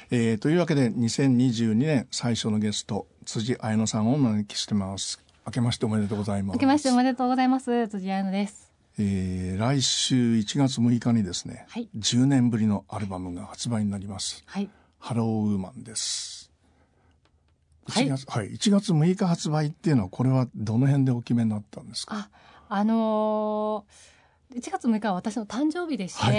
というわけで2022年最初のゲスト辻彩乃さんをお招きしてます。明けましておめでとうございます。 明けましておめでとうございます。辻彩乃です。 来週1月6日にですね、はい、10年ぶりのアルバムが発売になります、はい、ハローウーマンです。1月6日発売っていうのはこれはどの辺でお決めになったんですか？ 1月6日は私の誕生日でして、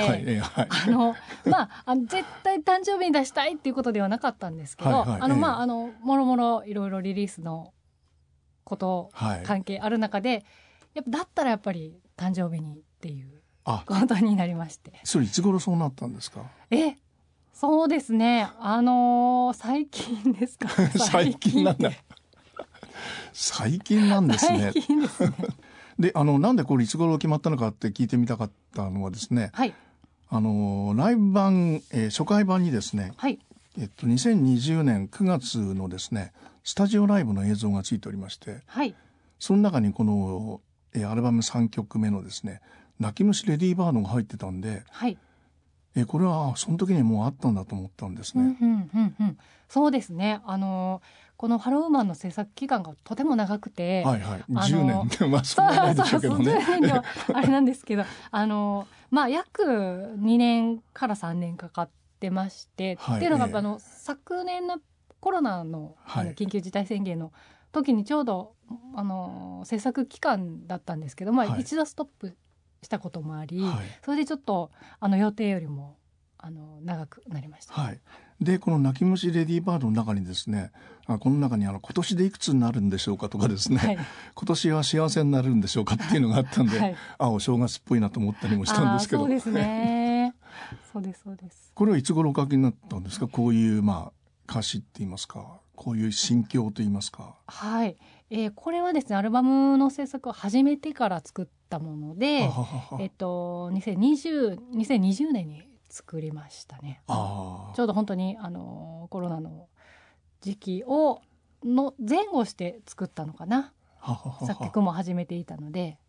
絶対誕生日に出したいっていうことではなかったんですけど、もろもろいろいろリリースのこと、関係ある中でだったらやっぱり誕生日にっていうことになりまして。 それいつ頃そうなったんですか？ そうですね、最近ですか？ 最近なんだ。最近なんですね。 最近ですね。 で、なんでこれいつ頃決まったのかって聞いてみたかったのはですね、はい、ライブ版、初回版にですね、はい、2020年9月のですねスタジオライブの映像がついておりまして、はい、その中にこの、アルバム3曲目のですね泣き虫レディーバードが入ってたんで、はい、これはその時にもうあったんだと思ったんですね。 そうですね、このハローウーマンの制作期間がとても長くて、 10年ってそんなないでしょうけどね。 10年ではあれなんですけど約2年から3年かかってまして、っていうのが、昨年のコロナの、緊急事態宣言の時にちょうど制作期間だったんですけど、一度ストップしたこともあり、それでちょっと予定よりも長くなりました。 でこの泣き虫レディーバードの中にですね、この中に今年でいくつになるんでしょうかとかですね、今年は幸せになるんでしょうかっていうのがあったんで、お正月っぽいなと思ったりもしたんですけど。 そうですね。そうです。 これはいつ頃お書きになったんですか？こういう歌詞って言いますか、こういう心境と言いますか。 これはですねアルバムの制作を始めてから作ったもので、2020年に作りましたね。ちょうど本当にコロナの時期の前後して作ったのかな。作曲も始めていたので、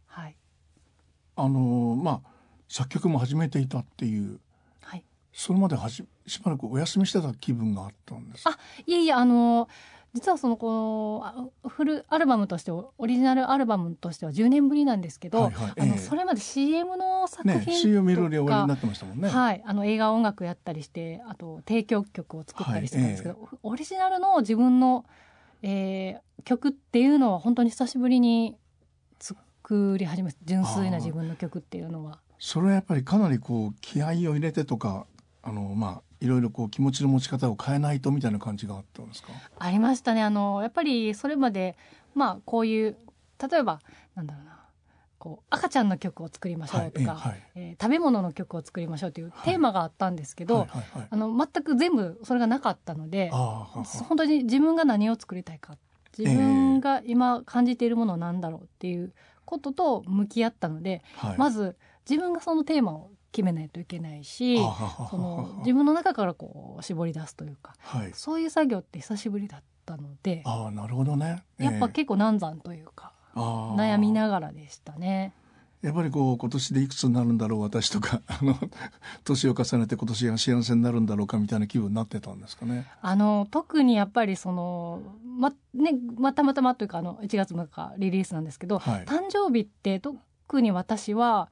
作曲も始めていたっていう、それまでしばらくお休みしてた気分があったんですか？ 実はこのフルアルバムとしてオリジナルアルバムとしては10年ぶりなんですけど、それまで CM の作品とか、 CM いろいろおやりになってましたもんね。 映画音楽やったりして、あと提供曲を作ったりしてたんですけど、オリジナルの自分の、曲っていうのは本当に久しぶりに作り始めた。純粋な自分の曲っていうのは。 それはやっぱりかなり気合を入れてとかいろいろ気持ちの持ち方を変えないとみたいな感じがあったんですか？ ありましたね。やっぱりそれまでこういう例えば赤ちゃんの曲を作りましょうとか、食べ物の曲を作りましょうというテーマがあったんですけど、全く全部それがなかったので、本当に自分が何を作りたいか、自分が今感じているものは何だろうっていうことと向き合ったので、まず自分がそのテーマを決めないといけないし、自分の中から絞り出すというか、そういう作業って久しぶりだったので、 なるほどね。 やっぱ結構難産というか悩みながらでしたね。 やっぱり今年でいくつになるんだろう私とか年を重ねて今年は幸せになるんだろうかみたいな気分になってたんですかね。 特にやっぱりたまたまというか1月6日リリースなんですけど、誕生日って特に私は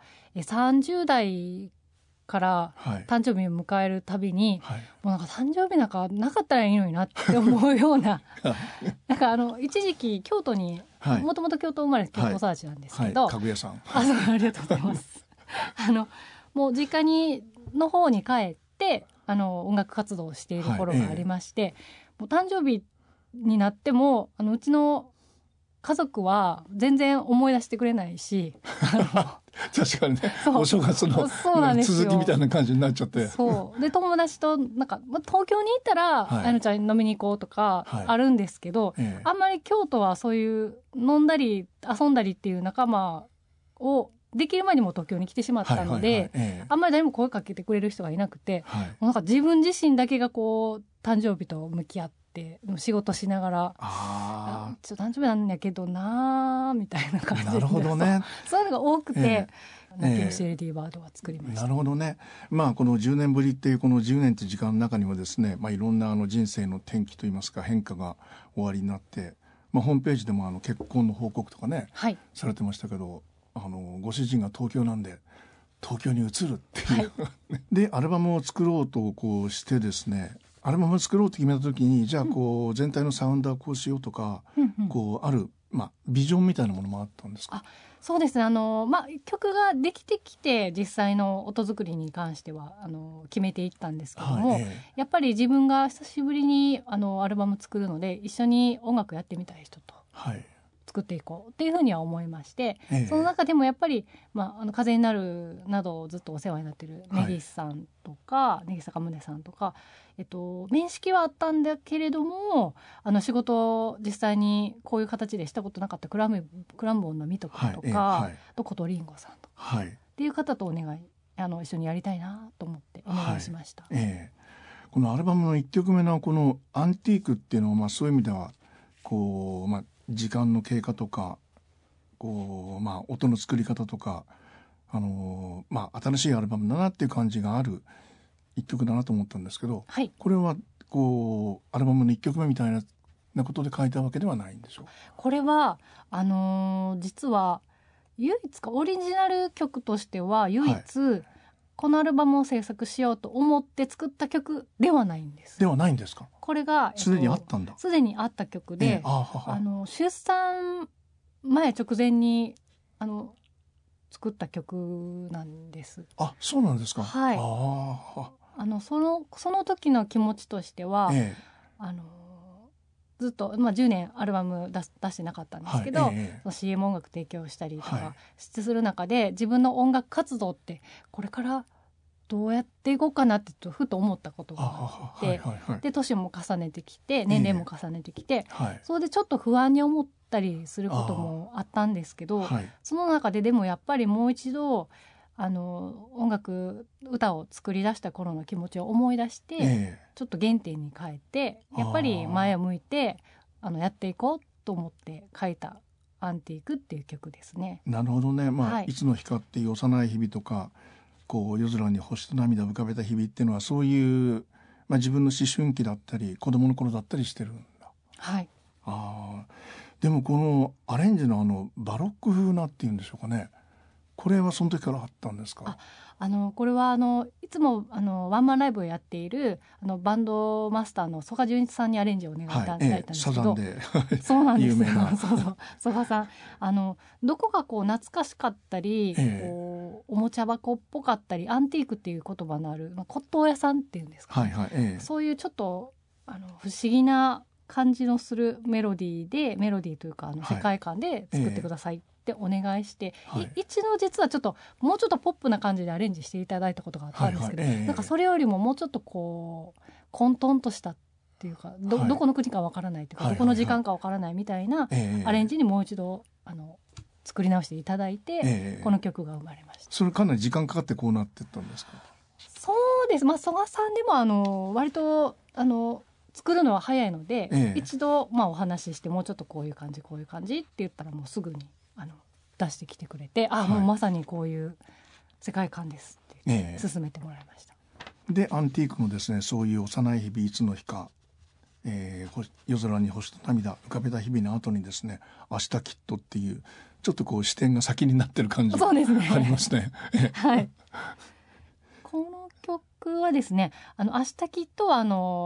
30代から誕生日を迎えるたびに、もう誕生日なんかなかったらいいのになって思うような一時期京都に、もともと京都生まれ京都育ちなんですけど、 家具屋さん、 ありがとうございますもう実家の方に帰って音楽活動をしている頃がありまして、もう誕生日になってもうちの家族は全然思い出してくれないし確かにね、お正月の続きみたいな感じになっちゃって、 で友達と東京に行ったらあやのちゃん飲みに行こうとかあるんですけど、あんまり京都はそういう飲んだり遊んだりっていう仲間をできる前にも東京に来てしまったので、あんまり誰も声かけてくれる人がいなくて、自分自身だけが誕生日と向き合って仕事しながら誕生日なんやけどなみたいな感じで、 なるほどね、 そういうのが多くて、 泣き虫レディーバードは作りました。 なるほどね。まあこの10年ぶりっていうこの10年という時間の中にはですね、いろんな人生の転機といいますか変化が終わりになって、ホームページでも結婚の報告とかね、されてましたけど、ご主人が東京なんで東京に移るっていう、でアルバムを作ろうとこうしてですね、アルバムを作ろうと決めた時にじゃあこう全体のサウンドはこうしようとか、こうあるビジョンみたいなものもあったんですか？ そうですね、曲ができてきて実際の音作りに関しては決めていったんですけども、やっぱり自分が久しぶりにアルバム作るので一緒に音楽やってみたい人と作っていこうっていうふうには思いまして、その中でもやっぱり、風になるなどずっとお世話になっている根岸さんとか、根岸坂宗さんとか、面識はあったんだけれども仕事を実際にこういう形でしたことなかったクランボンのミト君とか、とコトリンゴさんとか、っていう方とお願い一緒にやりたいなと思ってお願いしました。 このアルバムの1曲目のこのアンティークっていうのは、そういう意味ではこう、時間の経過とかこう、音の作り方とか、新しいアルバムだなっていう感じがある一曲だなと思ったんですけど、これはこうアルバムの1曲目みたいなことで書いたわけではないんでしょう？ これは実は唯一オリジナル曲としては唯一、このアルバムを制作しようと思って作った曲ではないんです。 ではないんですか？ これがすでにあったんだ。 すでにあった曲で、出産前直前に作った曲なんです。 そうなんですか？ その時の気持ちとしては、ずっと、10年アルバム出してなかったんですけど、CM 音楽提供したりとかする中で、自分の音楽活動ってこれからどうやっていこうかなってふと思ったことがあって、で年も重ねてきて年齢も重ねてきて、それでちょっと不安に思ったりすることもあったんですけど、その中ででもやっぱりもう一度歌を作り出した頃の気持ちを思い出して、ちょっと原点に変えてやっぱり前を向いてやっていこうと思って書いたアンティークっていう曲ですね。 なるほどね。いつの日かっていう幼い日々とか、こう夜空に星と涙を浮かべた日々っていうのはそういう、自分の思春期だったり子供の頃だったりしてるんだ。でもこのアレンジのバロック風なっていうんでしょうかね、これはその時からあったんですか？ これはいつもワンマンライブをやっているバンドマスターの曽我純一さんにアレンジをお願いいただいたんですけど、 サザンでそうなんです有名な曽我さんどこかこう懐かしかったり、こうおもちゃ箱っぽかったり、アンティークっていう言葉のある、骨董屋さんっていうんですか、そういうちょっと不思議な感じのするメロディーというか世界観で作ってくださいってお願いして、一度実はもうちょっとポップな感じでアレンジしていただいたことがあったんですけど、なんかそれよりももうちょっとこう混沌としたっていうか、どこの国かわからないというか、どこの時間かわからないみたいなアレンジにもう一度作り直していただいて、この曲が生まれました。 それかなり時間かかってこうなってったんですか？ そうです。曽我さんでも割と作るのは早いので、一度お話ししてもうちょっとこういう感じって言ったらもうすぐに出してきてくれて、もうまさにこういう世界観ですって進めてもらいました。 でアンティークのですね、そういう幼い日々いつの日か、夜空に星と涙浮かべた日々の後にですね、明日きっとっていうちょっとこう視点が先になってる感じがありますね。 この曲はですね、明日きっとは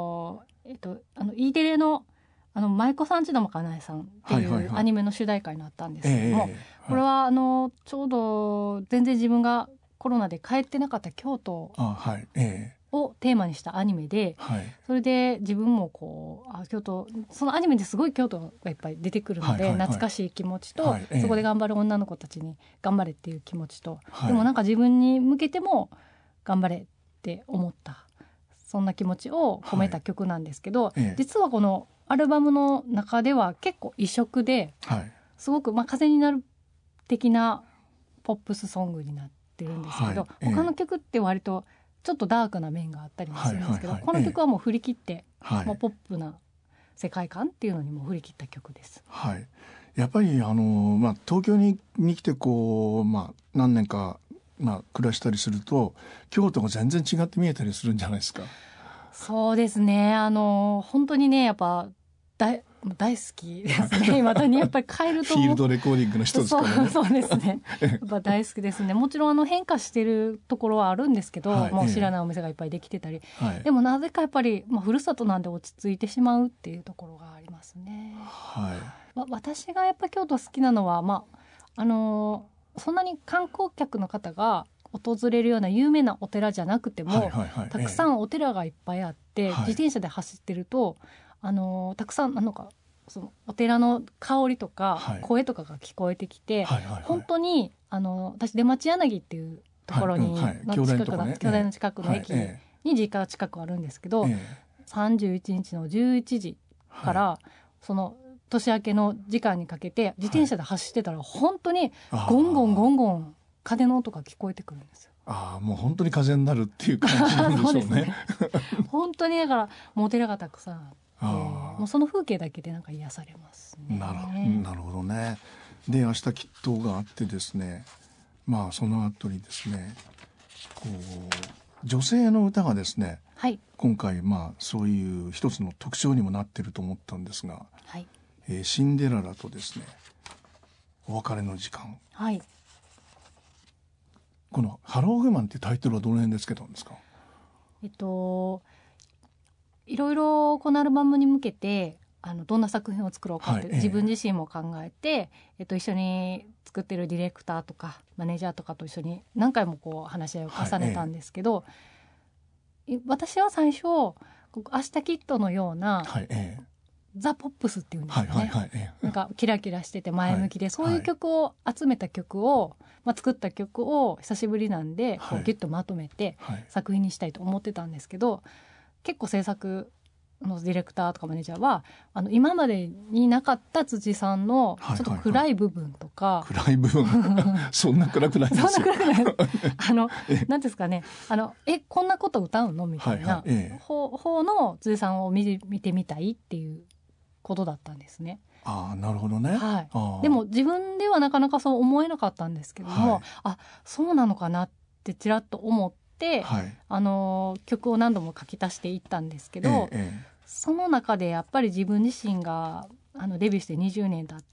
E テレの舞妓さんちのまかなえさんっていうアニメの主題歌になったんですけども、これはちょうど全然自分がコロナで帰ってなかった京都をテーマにしたアニメで、それで自分もこう京都、そのアニメですごい京都がいっぱい出てくるので、懐かしい気持ちと、そこで頑張る女の子たちに頑張れっていう気持ちと、でもなんか自分に向けても頑張れって思った、そんな気持ちを込めた曲なんですけど、実はこのアルバムの中では結構異色で、すごく風になる的なポップスソングになってるんですけど、他の曲って割とちょっとダークな面があったりもするんですけど、この曲はもう振り切って、もうポップな世界観っていうのにも振り切った曲です。 やっぱり東京に来てこう、何年か暮らしたりすると京都が全然違って見えたりするんじゃないですか。 そうですね。本当にね、やっぱ大好きですね。未だにやっぱり帰るとフィールドレコーディングの一つからね。 そうですね。やっぱ大好きですね。もちろん変化してるところはあるんですけど、もう知らないお店がいっぱいできてたり、でもなぜかやっぱり、ふるさとなんで落ち着いてしまうっていうところがありますね。私がやっぱ京都好きなのは、そんなに観光客の方が訪れるような有名なお寺じゃなくても、たくさんお寺がいっぱいあって、自転車で走ってるとたくさんそのお寺の香りとか声とかが聞こえてきて、本当に私出町柳っていうところに、京大の近くの駅に実家が近くあるんですけど、31日の11時から、その年明けの時間にかけて自転車で走ってたら、本当にゴンゴンゴンゴン鐘の音が聞こえてくるんですよ。 もう本当に風になるっていう感じなんでしょうね。 そうですね。本当にだからもうお寺がたくさんあって、もうその風景だけで癒されますね。 なるほどね。で、明日祈祷があってですね、その後にですね、女性の歌がですね、今回そういう一つの特徴にもなってると思ったんですが、シンデレラとですね、お別れの時間。このハローウーマンっていうタイトルはどの辺でつけたんですか？ いろいろこのアルバムに向けてどんな作品を作ろうかって自分自身も考えて、一緒に作ってるディレクターとかマネージャーとかと一緒に何回も話し合いを重ねたんですけど、私は最初明日きっとのような、ザ・ポップスっていうんですよね。なんかキラキラしてて前向きで、そういう曲を集めた曲を、作った曲を久しぶりなんでギュッとまとめて作品にしたいと思ってたんですけど、結構制作のディレクターとかマネージャーは今までになかった辻さんのちょっと暗い部分とか、 暗い部分そんな暗くないですよ。 そんな暗くないなんですかね、こんなこと歌うのみたいな方の辻さんを見てみたいっていうことだったんですね。 なるほどね。 でも自分ではなかなかそう思えなかったんですけども、そうなのかなってちらっと思って、曲を何度も書き足していったんですけど、その中でやっぱり自分自身がデビューして20年経って、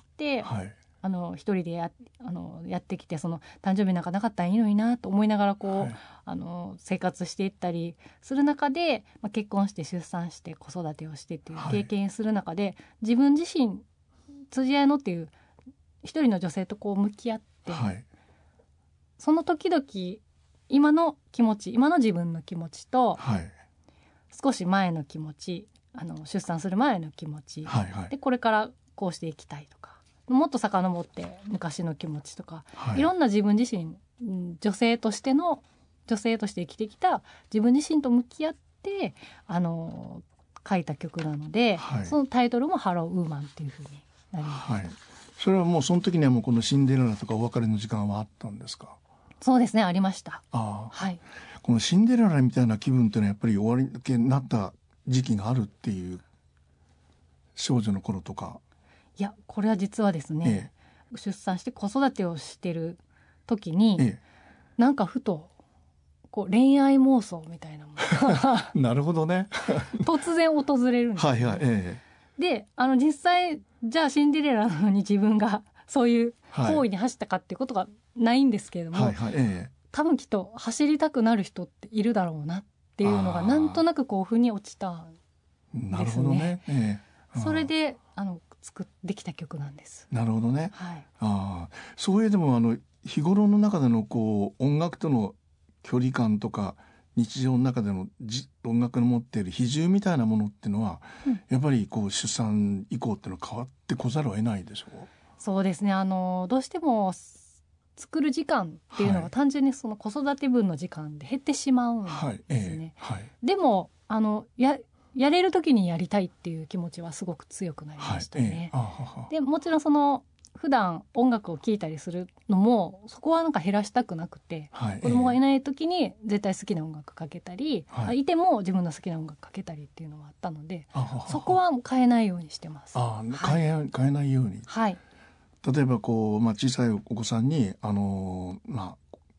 一人でやってきて、その誕生日なんかなかったらいいのになと思いながら生活していったりする中で、結婚して出産して子育てをしてっていう経験する中で、自分自身辻彩乃っていう一人の女性と向き合って、その時々今の気持ち、今の自分の気持ちと、少し前の気持ち、出産する前の気持ち、でこれからこうしていきたいとか、もっと遡って昔の気持ちとか、いろんな自分自身、女性として生きてきた自分自身と向き合って書いた曲なので、そのタイトルもハローウーマンっていう風になります。 それはもうその時にはもうこのシンデレラとかお別れの時間はあったんですか？ そうですね、ありました。 このシンデレラみたいな気分っていうのはやっぱり終わりになった時期があるっていう、少女の頃とか。 いや、これは実はですね、出産して子育てをしてる時に、なんかふと恋愛妄想みたいなものなるほどね突然訪れるんですよ、で実際じゃあシンデレラなのに自分がそういう行為に走ったかっていうことがないんですけれども、多分きっと走りたくなる人っているだろうなっていうのがなんとなく腑に落ちたんですね。 なるほどね。 それでできた曲なんです。 なるほどね。そういうでも日頃の中での音楽との距離感とか日常の中での音楽の持っている比重みたいなものっていうのは、やっぱり出産以降っていうのは変わってこざるを得ないでしょう。 そうですね、どうしても作る時間っていうのが単純にその子育て分の時間で減ってしまうんですね。でもやれる時にやりたいっていう気持ちはすごく強くなりましたね。でもちろん普段音楽を聴いたりするのもそこはなんか減らしたくなくて、子供がいない時に絶対好きな音楽かけたり、いても自分の好きな音楽かけたりっていうのはあったので、そこは変えないようにしてます。 変えないように。例えば小さいお子さんに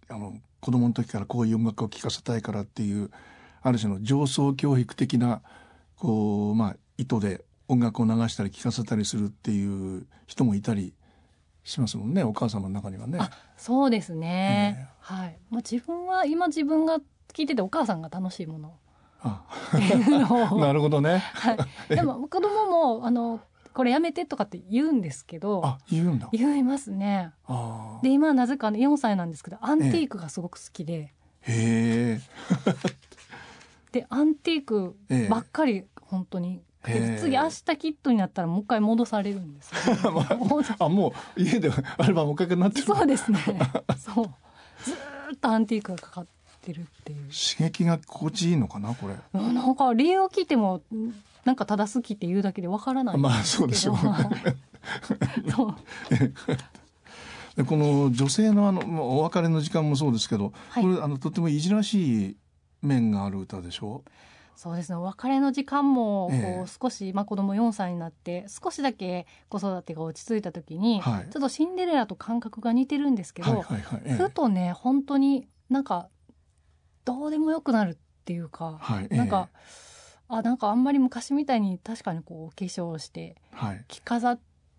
子供の時からこういう音楽を聴かせたいからっていうある種の上層教育的な意図で音楽を流したり聴かせたりするっていう人もいたりしますもんね、お母様の中にはね。 そうですね、はい。自分は今自分が聴いててお母さんが楽しいものっていうのをなるほどね、 はい、でも子供もこれやめてとかって言うんですけど。 言うんだ。 言いますね。で今はなぜか4歳なんですけどアンティークがすごく好きで、でアンティークばっかり本当に、次明日キットになったらもう一回戻されるんですよ、 もう家でアルバムおかけになってる。 そうですねそうずっとアンティークがかかってるっていう。 刺激が心地いいのかなこれ。 なんか理由を聞いてもなんかただ好きって言うだけでわからないんですけど。 そうでしょうねそうでこの女性のお別れの時間もそうですけど、これとてもいじらしい面がある歌でしょ。 そうですね、お別れの時間も少し、子供4歳になって少しだけ子育てが落ち着いた時に、ちょっとシンデレラと感覚が似てるんですけど、ふとね本当になんかどうでもよくなるっていうか、なんかあんまり昔みたいに確かにこうお化粧して着飾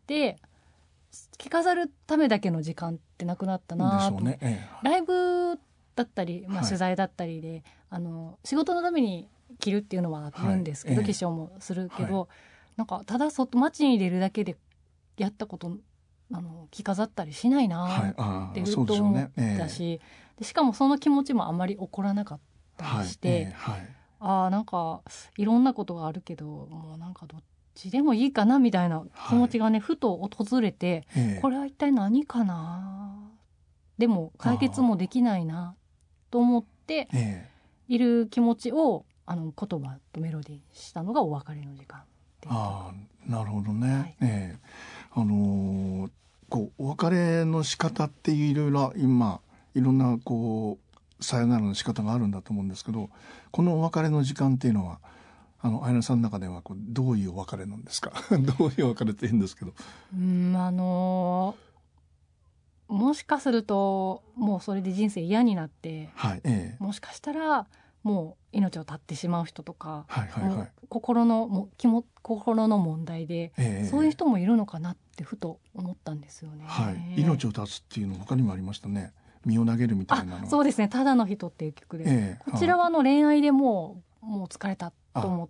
るためだけの時間ってなくなったなと、ライブだったり、取材だったりで仕事のために着るっていうのはあるんですけど、化粧もするけど、なんかただ街に出るだけでやったこと着飾ったりしないなっていうと思ったし、でしかもその気持ちもあまり起こらなかったりして、なんかいろんなことがあるけどもうなんかどっちでもいいかなみたいな気持ちがね、ふと訪れて、これは一体何かな、でも解決もできないなと思っている気持ちを言葉とメロディーにしたのがお別れの時間っていう。 なるほどね、お別れの仕方っていういろんなさよならの仕方があるんだと思うんですけど、このお別れの時間っていうのは綾菜さんの中ではどういうお別れなんですかどういうお別れって言うんですけど、 もしかするともうそれで人生嫌になって、もしかしたらもう命を絶ってしまう人とか、心の問題で、そういう人もいるのかなってふと思ったんですよね。 命を絶つっていうの他にもありましたね。身を投げるみたいなの。 そうですね、ただの人っていう曲で、こちらは恋愛でもう疲れたと思って、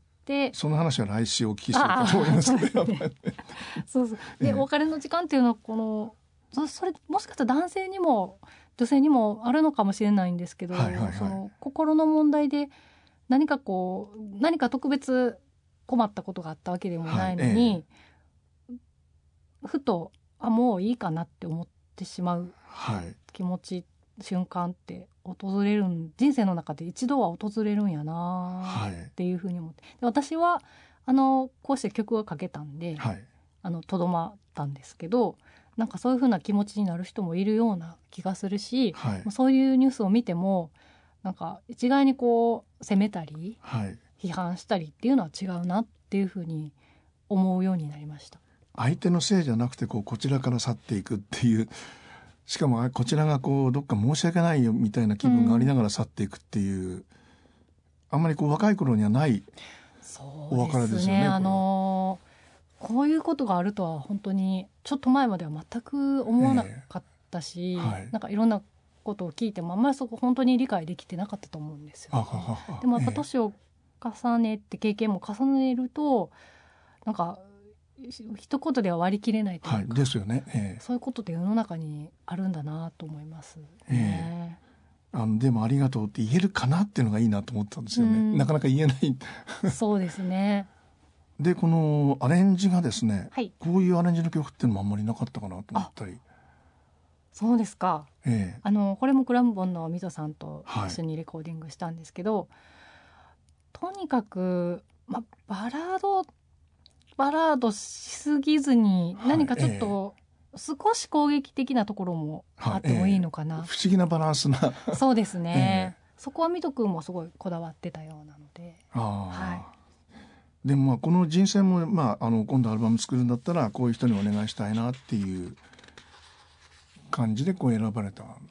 その話は来週お聞きしようかと思いますね。 でお別れの時間っていうのはそれもしかしたら男性にも女性にもあるのかもしれないんですけど、その心の問題で何か特別困ったことがあったわけでもないのに、ふともういいかなって思ってしまう気持ち、瞬間って人生の中で一度は訪れるんやなっていうふうに思って、で私はこうして曲が書けたんでとどまったんですけど、なんかそういうふうな気持ちになる人もいるような気がするし、そういうニュースを見てもなんか一概に責めたり、批判したりっていうのは違うなっていうふうに思うようになりました。 相手のせいじゃなくてこちらから去っていくっていう、しかもこちらがどっか申し訳ないよみたいな気分がありながら去っていくっていう、あんまり若い頃にはないお別れですよね。 こういうことがあるとは本当にちょっと前までは全く思わなかったし、なんかいろんなことを聞いてもあんまりそこ本当に理解できてなかったと思うんですよ、でもやっぱ年を重ねて経験も重ねると、なんか一言では割り切れないというか、 ですよね、 そういうことって世の中にあるんだなと思いますね。 でもありがとうって言えるかなっていうのがいいなと思ったんですよね。なかなか言えないそうですね。 でこのアレンジがですね、こういうアレンジの曲っていうのもあんまりなかったかなと思ったり。 そうですか、これもクラムボンの水戸さんと一緒にレコーディングしたんですけど、とにかく、バラードしすぎずに、何かちょっと少し攻撃的なところもあってもいいのかな、 不思議なバランスなそうですね、そこは水戸くんもすごいこだわってたようなので。 でもこの人選も、今度アルバム作るんだったらこういう人にお願いしたいなっていう感じで選ばれたんです。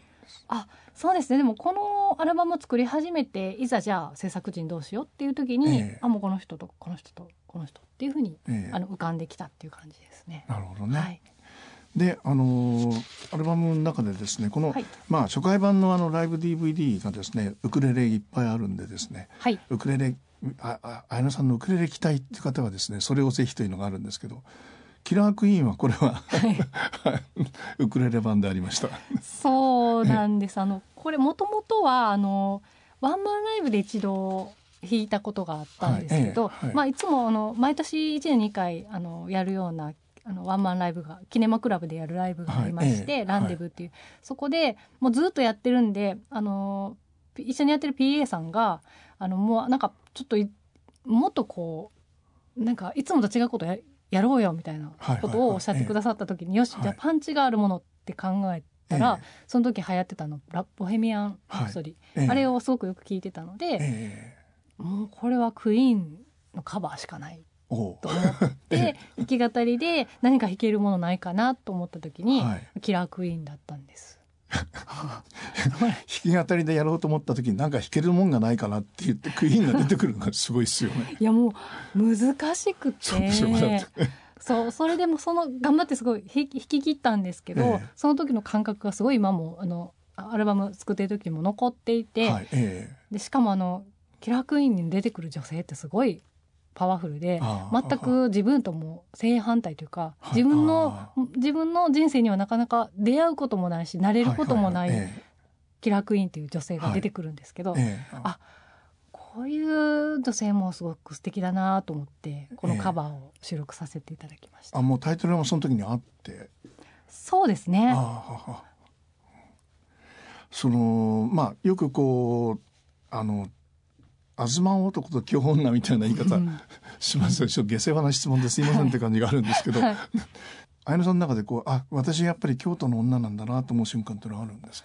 そうですね。でもこのアルバムを作り始めて、いざじゃあ制作陣どうしようっていう時に、もうこの人とこの人とこの人っていうふうに、浮かんできたっていう感じですね。 なるほどね。はい、でアルバムの中でですね、この、初回版のライブ DVD がですね、ウクレレいっぱいあるんでですね、ウクレレ綾野さんのウクレレ聴きたいっていう方はですね、それをぜひというのがあるんですけど、キラークイーンはこれは、ウクレレ版でありました。 そうなんです。これもともとはワンマンライブで一度弾いたことがあったんですけど、いつも毎年1年に2回やるようなワンマンライブがキネマクラブでやるライブがありまして、ランデブっていう、そこでもうずっとやってるんで、一緒にやってる PA さんがもうなんかちょっともっとこうなんかいつもと違うことやろうよみたいなことをおっしゃってくださった時に、よし、じゃあパンチがあるものって考えたら、その時流行ってたボヘミアン・ラプソディ、あれをすごくよく聞いてたので、もうこれはクイーンのカバーしかないと思って弾き語りで何か弾けるものないかなと思った時に、キラークイーンだったんです。 弾き語りでやろうと思った時に何か弾けるもんがないかなって言ってクイーンが出てくるのがすごいですよね。 いやもう難しくて、それでも頑張ってすごい弾き切ったんですけど、その時の感覚がすごい今もアルバム作ってる時にも残っていて、でしかもキラークイーンに出てくる女性ってすごいパワフルで、全く自分とも正反対というか、自分の人生にはなかなか出会うこともないし慣れることもないキラークイーンという女性が出てくるんですけど、こういう女性もすごく素敵だなと思ってこのカバーを収録させていただきました。 もうタイトルもその時にあって。 そうですね。 よくこう東男と京女みたいな言い方しますでしょ。下世話な質問ですいませんって感じがあるんですけど、綾野さんの中で私やっぱり京都の女なんだなと思う瞬間ってのはあるんですか？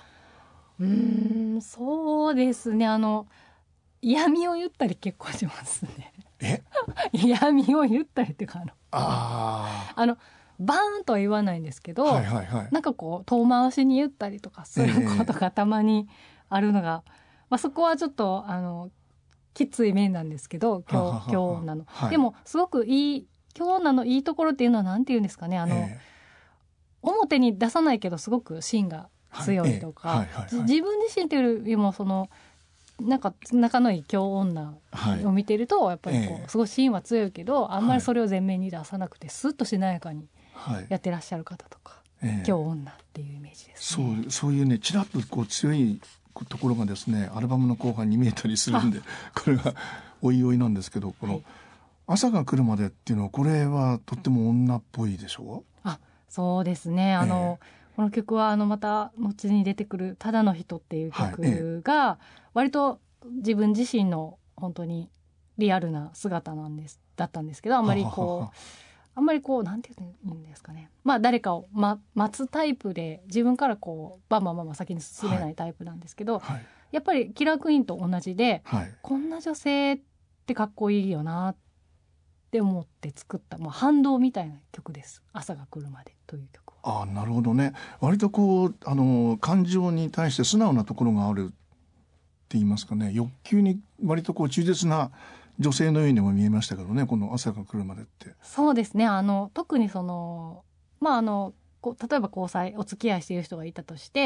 そうですね、嫌味を言ったり結構しますね。嫌味を言ったりっていうかバーンとは言わないんですけど、なんかこう遠回しに言ったりとかすることがたまにあるのが、そこはちょっときつい面なんですけど、京女の、でもすごくいい京女のいいところっていうのはなんて言うんですかね、表に出さないけどすごく芯が強いとか、自分自身というよりもなんか仲のいい京女を見てると、やっぱりすごい芯は強いけど、あんまりそれを前面に出さなくてスッとしなやかにやってらっしゃる方とか、京女っていうイメージですね。 そういうね、ちらっと強いところがですね、アルバムの後半に見えたりするんで、これはおいおいなんですけど、この朝が来るまでっていうのは、これはとっても女っぽいでしょう？ そうですね。この曲はまた後に出てくるただの人っていう曲が割と自分自身の本当にリアルな姿だったんですけど、あんまりなんて言うんですかね、誰かを、待つタイプで、自分からバンバン先に進めないタイプなんですけど、やっぱりキラークイーンと同じで、こんな女性ってかっこいいよなって思って作った反動みたいな曲です。朝が来るまでという曲は。 なるほどね。割と感情に対して素直なところがあるって言いますかね、欲求に割と忠実な女性のようにも見えましたけどね、この朝が来るまでって。 そうですね。特に例えば交際お付き合いしている人がいたとして、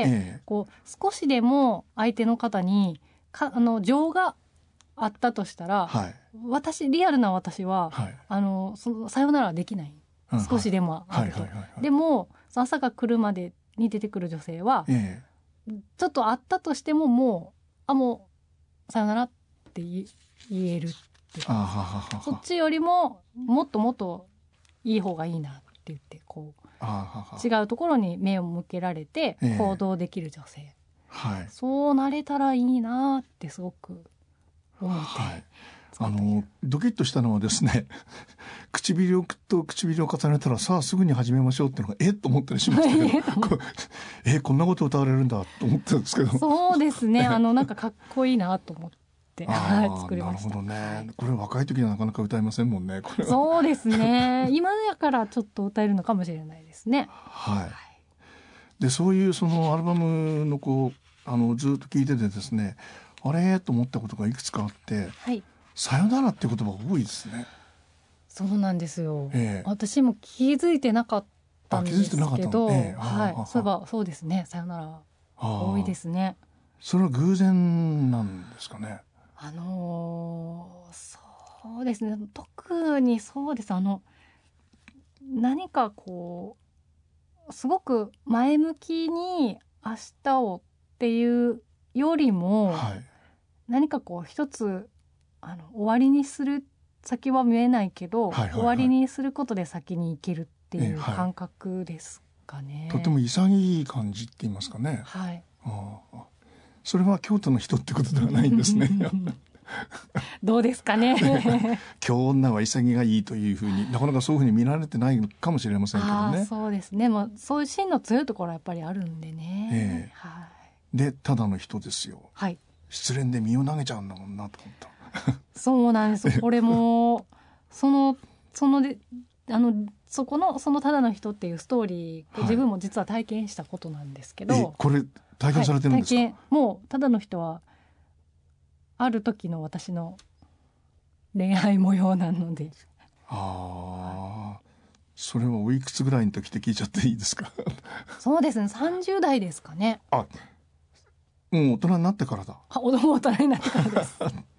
少しでも相手の方に情があったとしたら、リアルな私は、さよならはできない、少しでもあると。でも朝が来るまでに出てくる女性は、ちょっとあったとしてももうさよならって言えるっていう、そっちよりももっともっといい方がいいなって言って違うところに目を向けられて行動できる女性、そうなれたらいいなってすごく思って、 ドキッとしたのはですね、唇と唇を重ねたらさあすぐに始めましょうっていうのがと思ったりしましたけどこんなこと歌われるんだと思ったんですけど、 そうですね、なんかかっこいいなと思って作りました。 なるほどね。これ若い時はなかなか歌えませんもんね、これは。 そうですね。今やからちょっと歌えるのかもしれないですね。 でそういうアルバムのずっと聞いててですね、あれと思ったことがいくつかあって、はい、さよならって言葉多いですね。 そうなんですよ、私も気づいてなかったんですけど、はい、そういえばそうですね、さよなら多いですね。 それは偶然なんですかね。 そうですね、特にそうです。何かこうすごく前向きに明日をっていうよりも、はい、何かこう一つ終わりにする、先は見えないけど、はいはいはい、終わりにすることで先に生きるっていう感覚ですかね。 とても潔い感じって言いますかね。はい、それは京都の人ってことではないんですね。 どうですかね。 京女は潔がいいというふうに、なかなかそういうふうに見られてないのかもしれませんけどね。 そうですね、そういう芯の強いところはやっぱりあるんでね、 はい、でただの人ですよ、はい、失恋で身を投げちゃうんだもんなと思った。 そうなんです。これもそこのそのただの人っていうストーリー、自分も実は体験したことなんですけど、 これ体験されてるんですか？ もうただの人はある時の私の恋愛模様なので。 それはおいくつぐらいの時って聞いちゃっていいですか？ そうですね、30代ですかね。 もう大人になってからだ。 大人になってからです。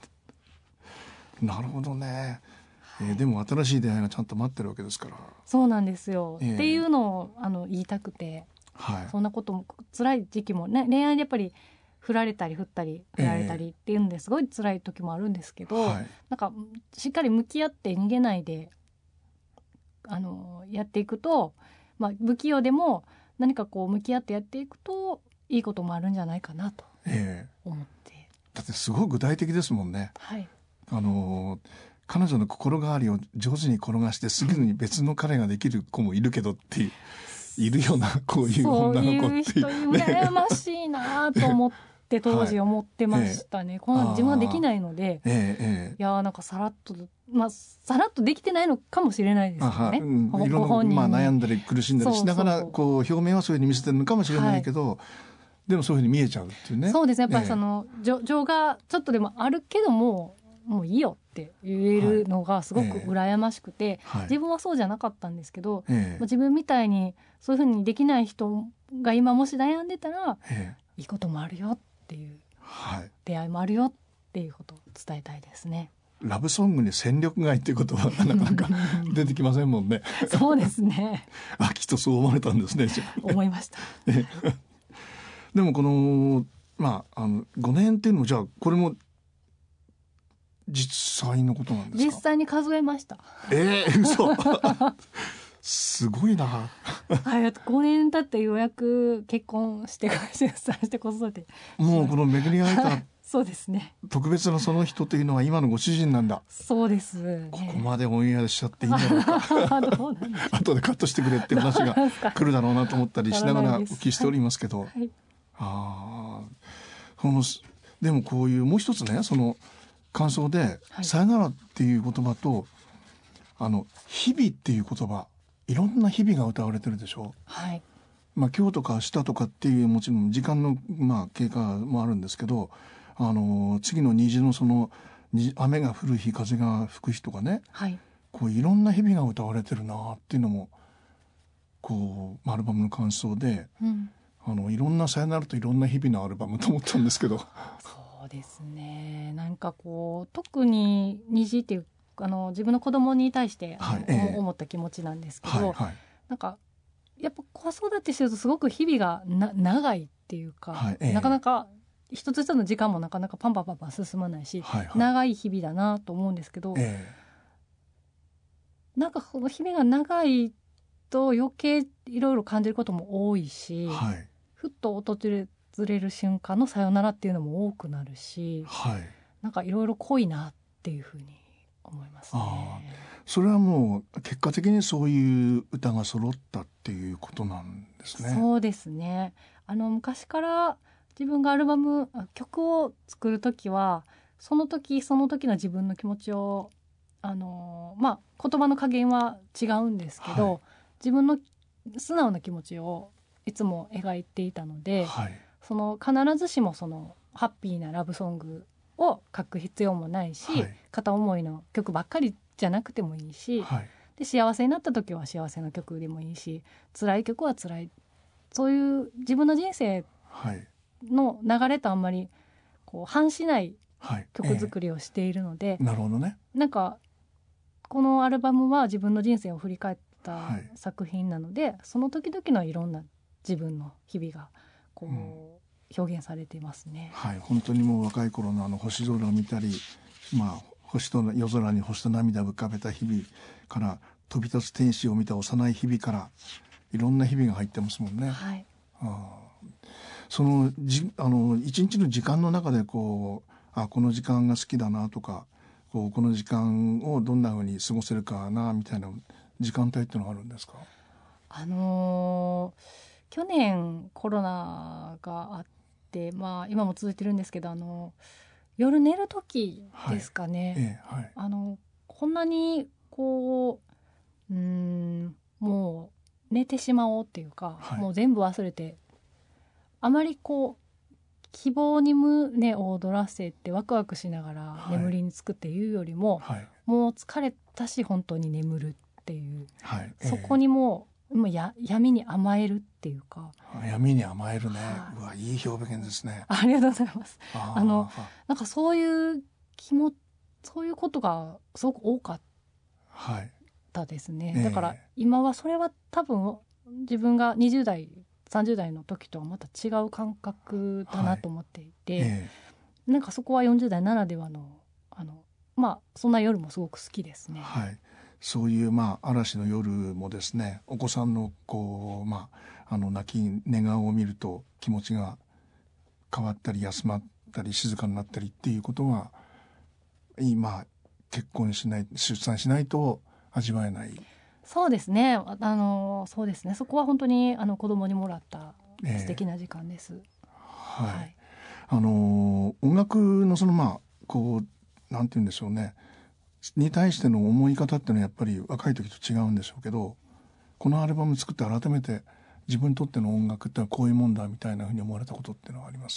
なるほどね。でも新しい出会いがちゃんと待ってるわけですから。 そうなんですよ、っていうのを言いたくて、はい、そんなことも辛い時期もね、恋愛でやっぱり振られたり振ったり振られたりっていうんですごい辛い時もあるんですけど、なんかしっかり向き合って逃げないでやっていくと、不器用でも何かこう向き合ってやっていくといいこともあるんじゃないかなと思って、 だってすごい具体的ですもんね。はい、彼女の心変わりを上手に転がしてすぐに別の彼ができる子もいるけどっていう、いるようなこういう女の子っていう、 そういう人羨ましいなと思って当時思ってましたね。この自分はできないので、いやなんかさらっとできてないのかもしれないですよね。 いろんな、悩んだり苦しんだりしながらこう表面はそういうふうに見せてるのかもしれないけど、でもそういうふうに見えちゃうっていうね。 そうですね、やっぱり情がちょっとでもあるけどもういいよって言えるのがすごく羨ましくて、自分はそうじゃなかったんですけど、自分みたいにそういうふうにできない人が今もし悩んでたら、いいこともあるよっていう、出会いもあるよっていうことを伝えたいですね。 ラブソングに戦力外っていうことはなかなか出てきませんもんね。 そうですね。 きっとそう思われたんですね。 思いました。 でもこの5年っていうのもじゃあこれも実際のことなんですか？ 実際に数えました。 嘘。すごいな。 5年経ってようやく結婚して出産して子育て。 もうこの巡り合えたそうですね。 特別なその人というのは今のご主人なんだ。 そうです、ね。 ここまでオンエアしちゃっていいんだろうか。 どうなんですか。 後でカットしてくれって話が来るだろうなと思ったりしながらお聞きしておりますけど。でもこういうもう一つね、その感想で、さよならっていう言葉と日々っていう言葉、いろんな日々が歌われてるでしょう。はい。今日とか明日とかっていうもちろん時間の経過もあるんですけど、次の虹のその雨が降る日風が吹く日とかね、こういろんな日々が歌われてるなっていうのもこうアルバムの感想で、いろんなさよならといろんな日々のアルバムと思ったんですけど。 そうですね。なんかこう特に虹っていう自分の子供に対して思った気持ちなんですけど、なんかやっぱ子育てしてるとすごく日々が長いっていうか、なかなか一つ一つの時間もなかなかパンパン進まないし、長い日々だなと思うんですけど、なんかこの日々が長いと余計いろいろ感じることも多いし、ふっと訪れる瞬間のさよならっていうのも多くなるし、なんかいろいろ濃いなっていうふうに思いますね。 それはもう結果的にそういう歌が揃ったっていうことなんですね。 そうですね。昔から自分が曲を作るときはその時その時の自分の気持ちを言葉の加減は違うんですけど、自分の素直な気持ちをいつも描いていたので、 その必ずしもそのハッピーなラブソングを書く必要もないし、片思いの曲ばっかりじゃなくてもいいし、で幸せになった時は幸せな曲でもいいし、辛い曲は辛い、そういう自分の人生の流れとあんまりこう反しない曲作りをしているので、 なるほどね。 なんかこのアルバムは自分の人生を振り返った作品なので、その時々のいろんな自分の日々がこう、表現されていますね。 本当にもう若い頃の星空を見たり、夜空に星と涙を浮かべた日々から飛び立つ天使を見た幼い日々からいろんな日々が入ってますもんね。その一日の時間の中でこの時間が好きだなとか、この時間をどんな風に過ごせるかなみたいな時間帯っていうのがあるんですか？ 去年コロナがあって、今も続いてるんですけど、夜寝る時ですかね、こんなにこうもう寝てしまおうっていうか、もう全部忘れて、あまりこう希望に胸を躍らせてワクワクしながら眠りにつくっていうよりも、もう疲れたし本当に眠るっていう、そこにもう闇に甘えるっていうか。 闇に甘えるね、うわ、いい表現ですね。 ありがとうございます。なんかそういうそういうことがすごく多かったですね。だから今はそれは多分自分が20代30代の時とはまた違う感覚だなと思っていて、なんかそこは40代ならではのそんな夜もすごく好きですね。 そういう嵐の夜もですね、お子さんの泣き寝顔を見ると気持ちが変わったり休まったり静かになったりっていうことは今結婚しない出産しないと味わえない。 そうですね、そうですね、そこは本当に子供にもらった素敵な時間です。 音楽のなんて言うんでしょうね、に対しての思い方っていうのはやっぱり若い時と違うんでしょうけど、このアルバム作って改めて自分にとっての音楽ってのはこういうもんだみたいなふうに思われたことっていうのはあります？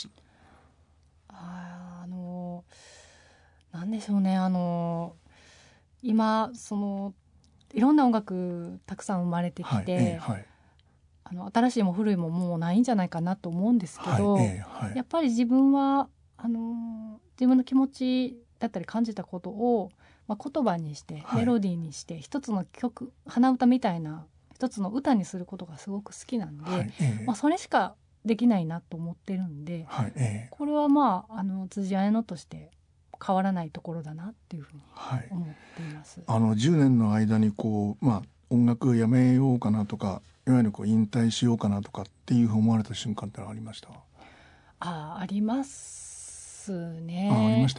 なんでしょうね、今いろんな音楽たくさん生まれてきて、新しいも古いももうないんじゃないかなと思うんですけど、やっぱり自分は自分の気持ちだったり感じたことを、言葉にしてメロディーにして、一つの曲、鼻歌みたいな一つの歌にすることがすごく好きなんで、それしかできないなと思ってるんで、これは辻彩乃として変わらないところだなっていうふうに思っています。 10年の間に音楽をやめようかなとか、いわゆる引退しようかなとかっていうふうに思われた瞬間ってのはありました？ ありますね。 ありました。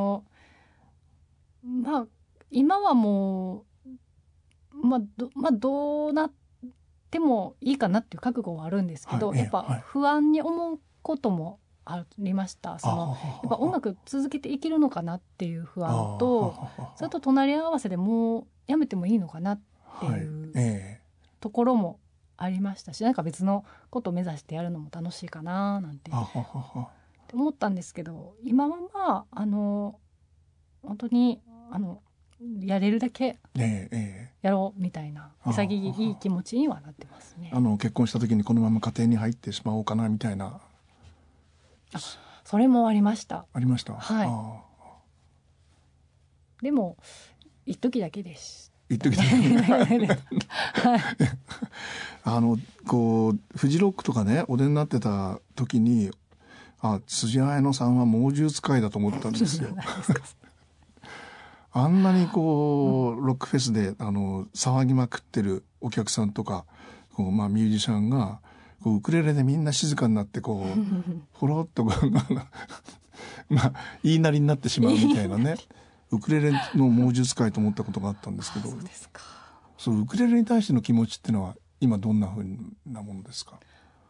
今はもうどうなってもいいかなっていう覚悟はあるんですけど、やっぱ不安に思うこともありました。やっぱ音楽続けていけるのかなっていう不安と、それと隣り合わせでもうやめてもいいのかなっていうところもありましたし、なんか別のことを目指してやるのも楽しいかななんて思ったんですけど、今は本当にやれるだけやろうみたいな潔い気持ちにはなってますね。 結婚した時にこのまま家庭に入ってしまおうかなみたいな。 それもありました。 ありました。 でも一時だけです。 一時だけ。フジロックとかねお出になってた時に、辻彩乃さんは猛獣使いだと思ったんですよ。あんなにロックフェスで騒ぎまくってるお客さんとかミュージシャンがウクレレでみんな静かになってほろっと言いなりになってしまうみたいなねウクレレの猛獣使いと思ったことがあったんですけど、 そうですか。 そうウクレレに対しての気持ちっていうのは今どんなふうなものですか？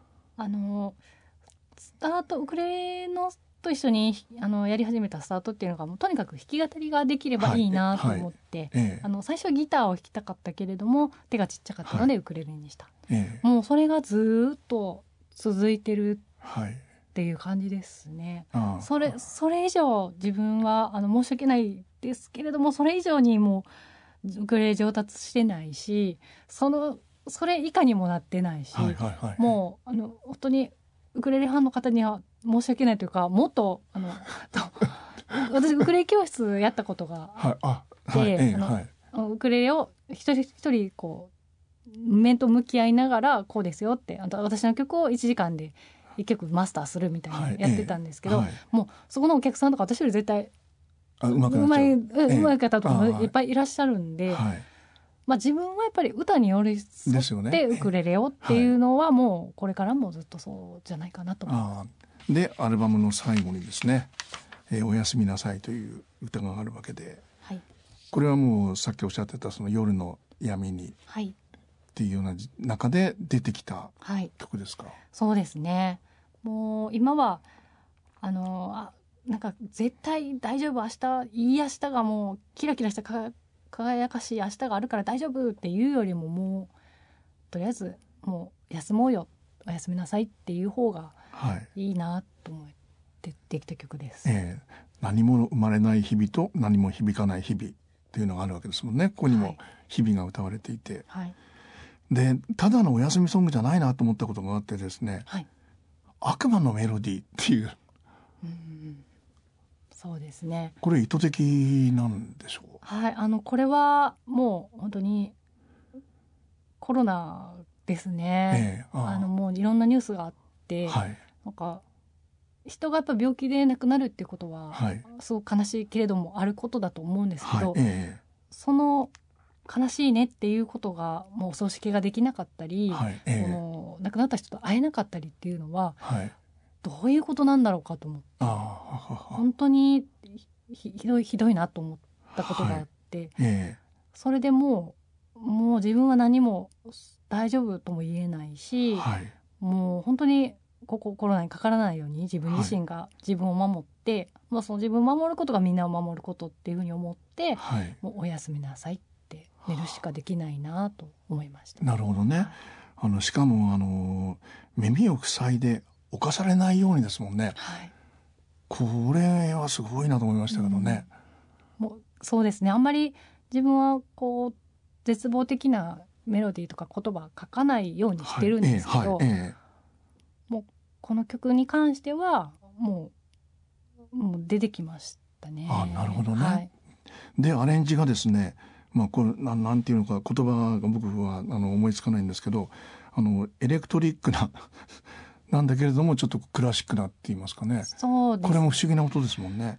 スタートウクレレのと一緒にやり始めたスタートっていうのがもうとにかく弾き語りができればいいなと思って、最初はギターを弾きたかったけれども手がちっちゃかったのでウクレレにした、もうそれがずっと続いてるっていう感じですね。それ以上自分は申し訳ないですけれども、それ以上にもうウクレレ上達してないし、それ以下にもなってないし、もう本当にウクレレファンの方には申し訳ないというか、もっと私ウクレレ教室やったことがあって、ウクレレを一人一人こう面と向き合いながら、こうですよって、私の曲を1時間で1曲マスターするみたいなのやってたんですけど、もうそこのお客さんとか私より絶対うまい方とかもいっぱいいらっしゃるんで、自分はやっぱり歌に寄り添ってウクレレをっていうのはもうこれからもずっとそうじゃないかなと思います。 でアルバムの最後にですね、おやすみなさいという歌があるわけで、これはもうさっきおっしゃってたその夜の闇にっていうような中で出てきた曲ですか？ そうですね。もう今はなんか絶対大丈夫、いい明日がもうキラキラした輝かしい明日があるから大丈夫っていうよりも、もうとりあえずもう休もうよ、おやすみなさいっていう方がいいなと思ってできた曲です。 何も生まれない日々と何も響かない日々っていうのがあるわけですもんね。ここにも日々が歌われていて、でただのお休みソングじゃないなと思ったことがあってですね、悪魔のメロディーっていう、 そうですね、 これ意図的なんでしょう？ これはもう本当にコロナですね。もういろんなニュースがあって、なんか人がやっぱ病気で亡くなるっていうことは、すごく悲しいけれどもあることだと思うんですけど、その悲しいねっていうことがもうお葬式ができなかったり、亡くなった人と会えなかったりっていうのは、どういうことなんだろうかと思って、本当にひどいなと思ったことがあって、それでもう自分は何も大丈夫とも言えないし、もう本当にコロナにかからないように自分自身が自分を守って、その自分を守ることがみんなを守ることっていうふうに思って、もうおやすみなさいって寝るしかできないなと思いました。 なるほどね。しかも耳を塞いで侵されないようにですもんね。これはすごいなと思いましたけどね。 もうそうですね。あんまり自分はこう絶望的なメロディーとか言葉書かないようにしてるんですけど、もうこの曲に関してはもう出てきましたね。 なるほどね。でアレンジがですね、これなんていうのか言葉が僕は思いつかないんですけど、エレクトリックななんだけれどもちょっとクラシックなって言いますかね。 そうです。 これも不思議な音ですもんね。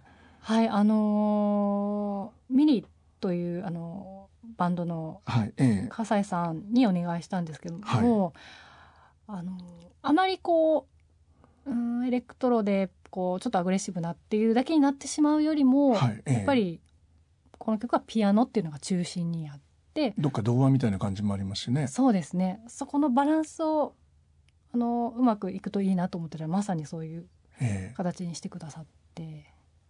ミリというバンドの笠井さんにお願いしたんですけども、あまりこうエレクトロでこうちょっとアグレッシブなっていうだけになってしまうよりも、やっぱりこの曲はピアノっていうのが中心にあって、 どっか童話みたいな感じもありますしね。 そうですね。そこのバランスをうまくいくといいなと思ってたら、まさにそういう形にしてくださって、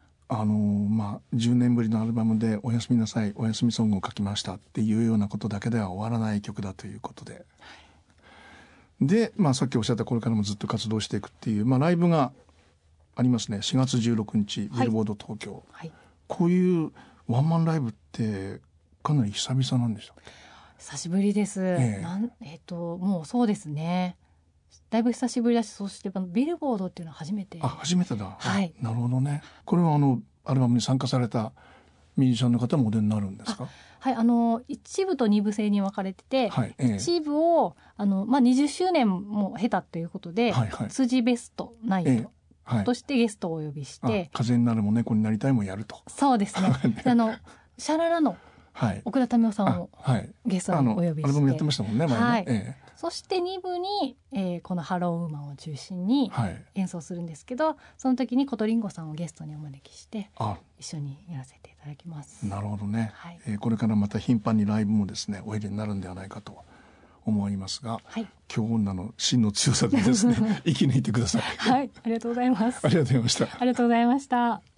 10年ぶりのアルバムでおやすみなさい、おやすみソングを書きましたっていうようなことだけでは終わらない曲だということで、で、さっきおっしゃったこれからもずっと活動していくっていう、ライブがありますね。4月16日ビルボード東京、こういうワンマンライブってかなり久々なんでした？ 久しぶりです。もうそうですね。だいぶ久しぶりだし、そしてビルボードっていうのは初めて。 初めてだ。なるほどね。これはアルバムに参加されたミュージシャンの方もお出になるんですか？ 一部と二部制に分かれてて、一部を20周年も経たということで、辻ベストナイトとしてゲストをお呼びして、 風になるも猫になりたいもやると。 そうですね。シャララの奥田民生さんをゲストにお呼びして、 アルバムやってましたもんね、前ね。 そして2部に、このハローウーマンを中心に演奏するんですけど、その時にコトリンゴさんをゲストにお招きして一緒にやらせていただきます。 なるほどね。これからまた頻繁にライブもですねおいでになるんではないかと思いますが、今日女の芯の強さでですね生き抜いてください。 ありがとうございます。 ありがとうございました。 ありがとうございました。